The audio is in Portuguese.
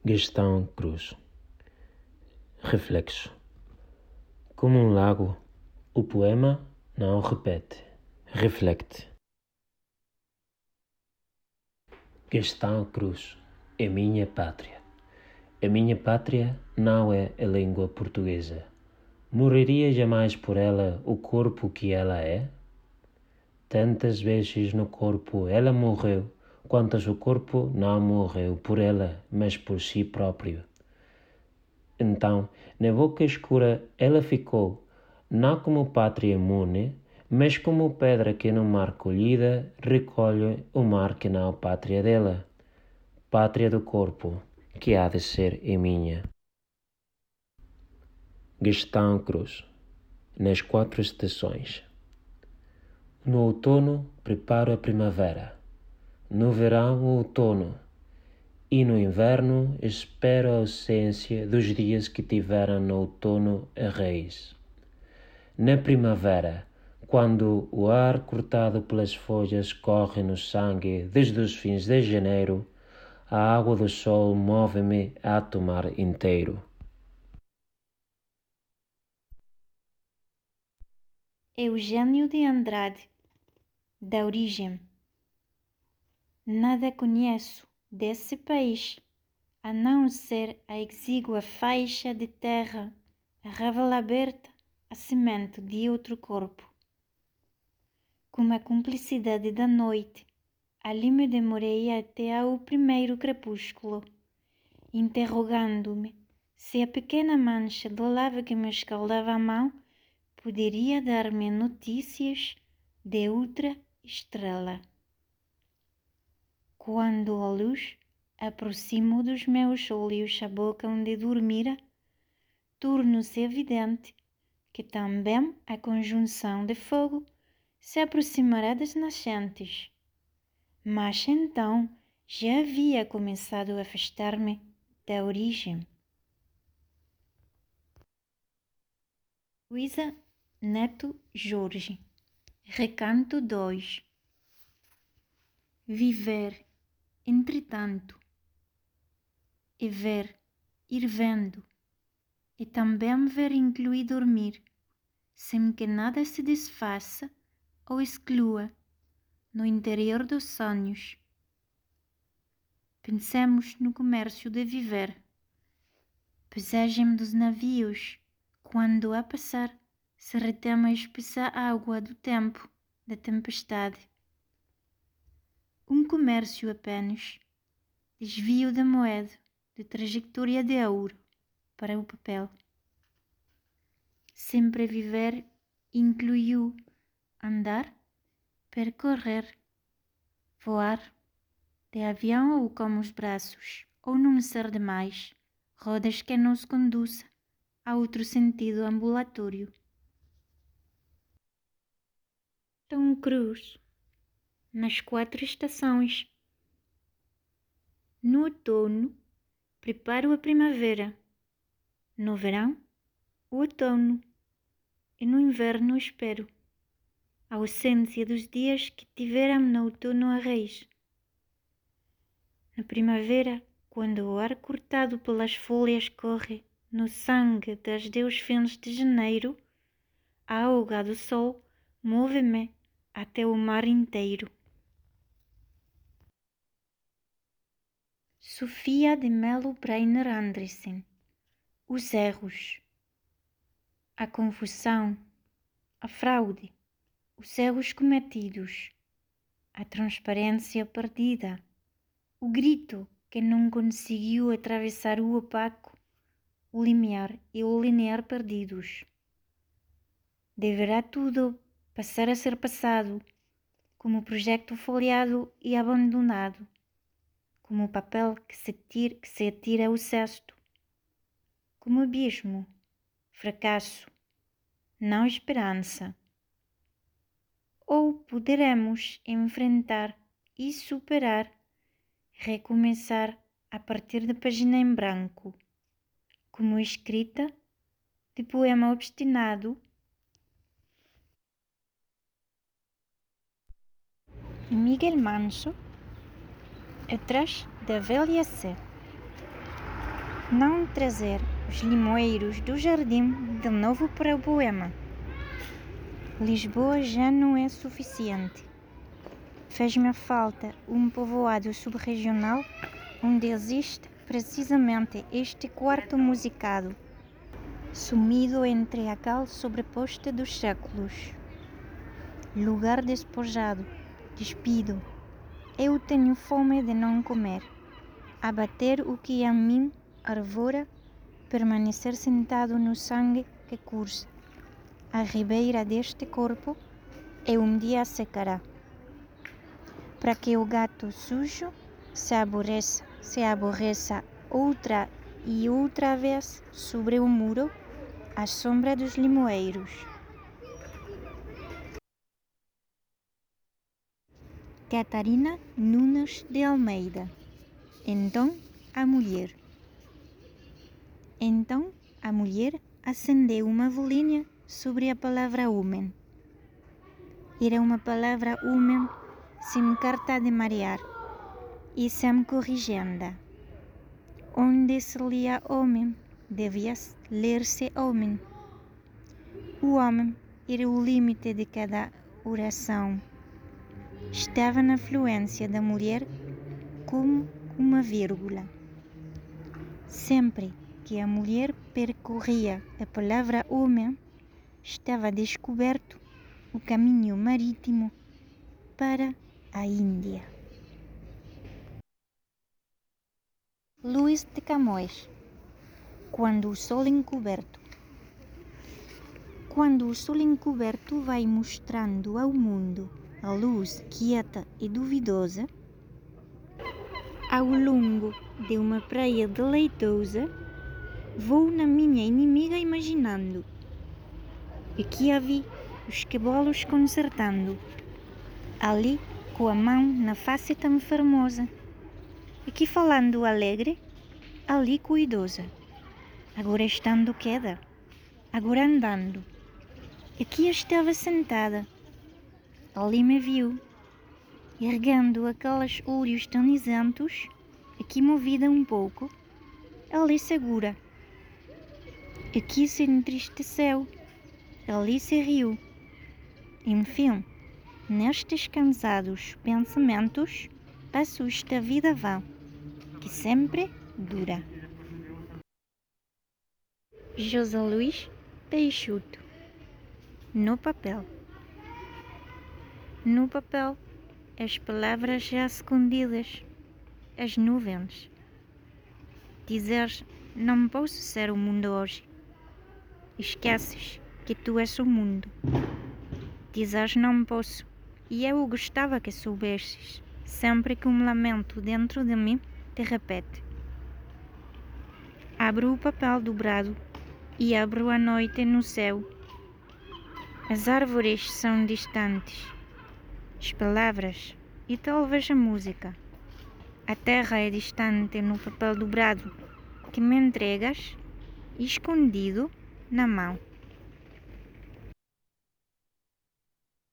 Gastão Cruz. Reflexo. Como um lago, o poema não repete, reflete. Gastão Cruz é minha pátria. A minha pátria não é a língua portuguesa. Morreria jamais por ela o corpo que ela é? Tantas vezes no corpo ela morreu, quantas o corpo não morreu por ela, mas por si próprio. Então, na boca escura ela ficou, não como pátria imune, mas como pedra que no mar colhida recolhe o mar que não é pátria dela, pátria do corpo, que há de ser e minha. Gastão Cruz. Nas 4 estações. No outono preparo a primavera, no verão o outono, e no inverno espero a ausência dos dias que tiveram no outono a raiz. Na primavera, quando o ar cortado pelas folhas corre no sangue desde os fins de janeiro, a água do sol move-me a tomar inteiro. Eugênio de Andrade, da origem. Nada conheço desse país, a não ser a exígua faixa de terra, a ravela aberta, a semente de outro corpo. Com a cumplicidade da noite, ali me demorei até ao primeiro crepúsculo, interrogando-me se a pequena mancha do lava que me escaldava a mão poderia dar-me notícias de outra estrela. Quando a luz aproximo dos meus olhos a boca onde dormira, torna-se evidente que também a conjunção de fogo se aproximará das nascentes. Mas então já havia começado a afastar-me da origem. Luísa Neto Jorge. Recanto 2. Viver, entretanto, e ver, ir vendo, e também ver inclui dormir, sem que nada se desfaça ou exclua no interior dos sonhos. Pensemos no comércio de viver. Paisagem dos navios, quando a passar se retém a espessa água do tempo, da tempestade. Um comércio apenas, desvio da moeda, de trajetória de ouro para o papel. Sempre viver incluiu andar, percorrer, voar, de avião ou com os braços, ou não ser demais, rodas que nos conduza a outro sentido ambulatório. Tom Cruise. Nas 4 estações. No outono, preparo a primavera. No verão, o outono. E no inverno espero a ausência dos dias que tiveram no outono a raiz. Na primavera, quando o ar cortado pelas folhas corre no sangue desde os fins de janeiro, a alga do sol move-me até o mar inteiro. Sofia de Melo Breiner Andressen. Os erros, a confusão, a fraude, os erros cometidos, a transparência perdida, o grito que não conseguiu atravessar o opaco, o limiar e o linear perdidos. Deverá tudo passar a ser passado, como projeto folheado e abandonado, como papel que se atira ao cesto, como abismo, fracasso, não esperança. Ou poderemos enfrentar e superar, recomeçar a partir da página em branco, como escrita de poema obstinado. Miguel Manso, Atrás da Velha Sé. não trazer os limoeiros do jardim de novo para o poema. Lisboa já não é suficiente. Fez-me falta um povoado subregional onde existe precisamente este quarto musicado, sumido entre a cal sobreposta dos séculos. Lugar despojado, despido. Eu tenho fome de não comer. Abater o que em mim arvora, permanecer sentado no sangue que cursa. A ribeira deste corpo e um dia secará. Para que o gato sujo se aborreça outra e outra vez sobre o muro, à sombra dos limoeiros. Catarina Nunes de Almeida. Então a mulher acendeu uma velinha sobre a palavra homem. Era uma palavra homem sem carta de marear e sem corrigenda. Onde se lia homem, devia ler-se homem. O homem era o limite de cada oração. Estava na fluência da mulher como uma vírgula. Sempre que a mulher percorria a palavra homem, estava descoberto o caminho marítimo para a Índia. Luís de Camões. Quando o sol encoberto. Quando o sol encoberto vai mostrando ao mundo a luz quieta e duvidosa, ao longo de uma praia deleitosa, vou na minha inimiga imaginando. Aqui a vi os cabelos consertando, ali com a mão na face tão formosa. Aqui falando alegre, ali cuidosa. Agora estando queda, agora andando. Aqui estava sentada, ali me viu, erguendo aqueles olhos tão isentos, aqui movida um pouco, ali segura. Aqui se entristeceu, ali se riu. Enfim, nestes cansados pensamentos, passo esta vida vã, que sempre dura. José Luís Peixoto. No papel. No papel, as palavras já escondidas, as nuvens. Dizeres, não posso ser o mundo hoje. Esqueces que tu és o mundo. Dizeres, não posso, e eu gostava que soubesses, sempre que um lamento dentro de mim te repete. Abro o papel dobrado e abro a noite no céu. As árvores são distantes, as palavras e talvez a música. A terra é distante no papel dobrado que me entregas, escondido na mão.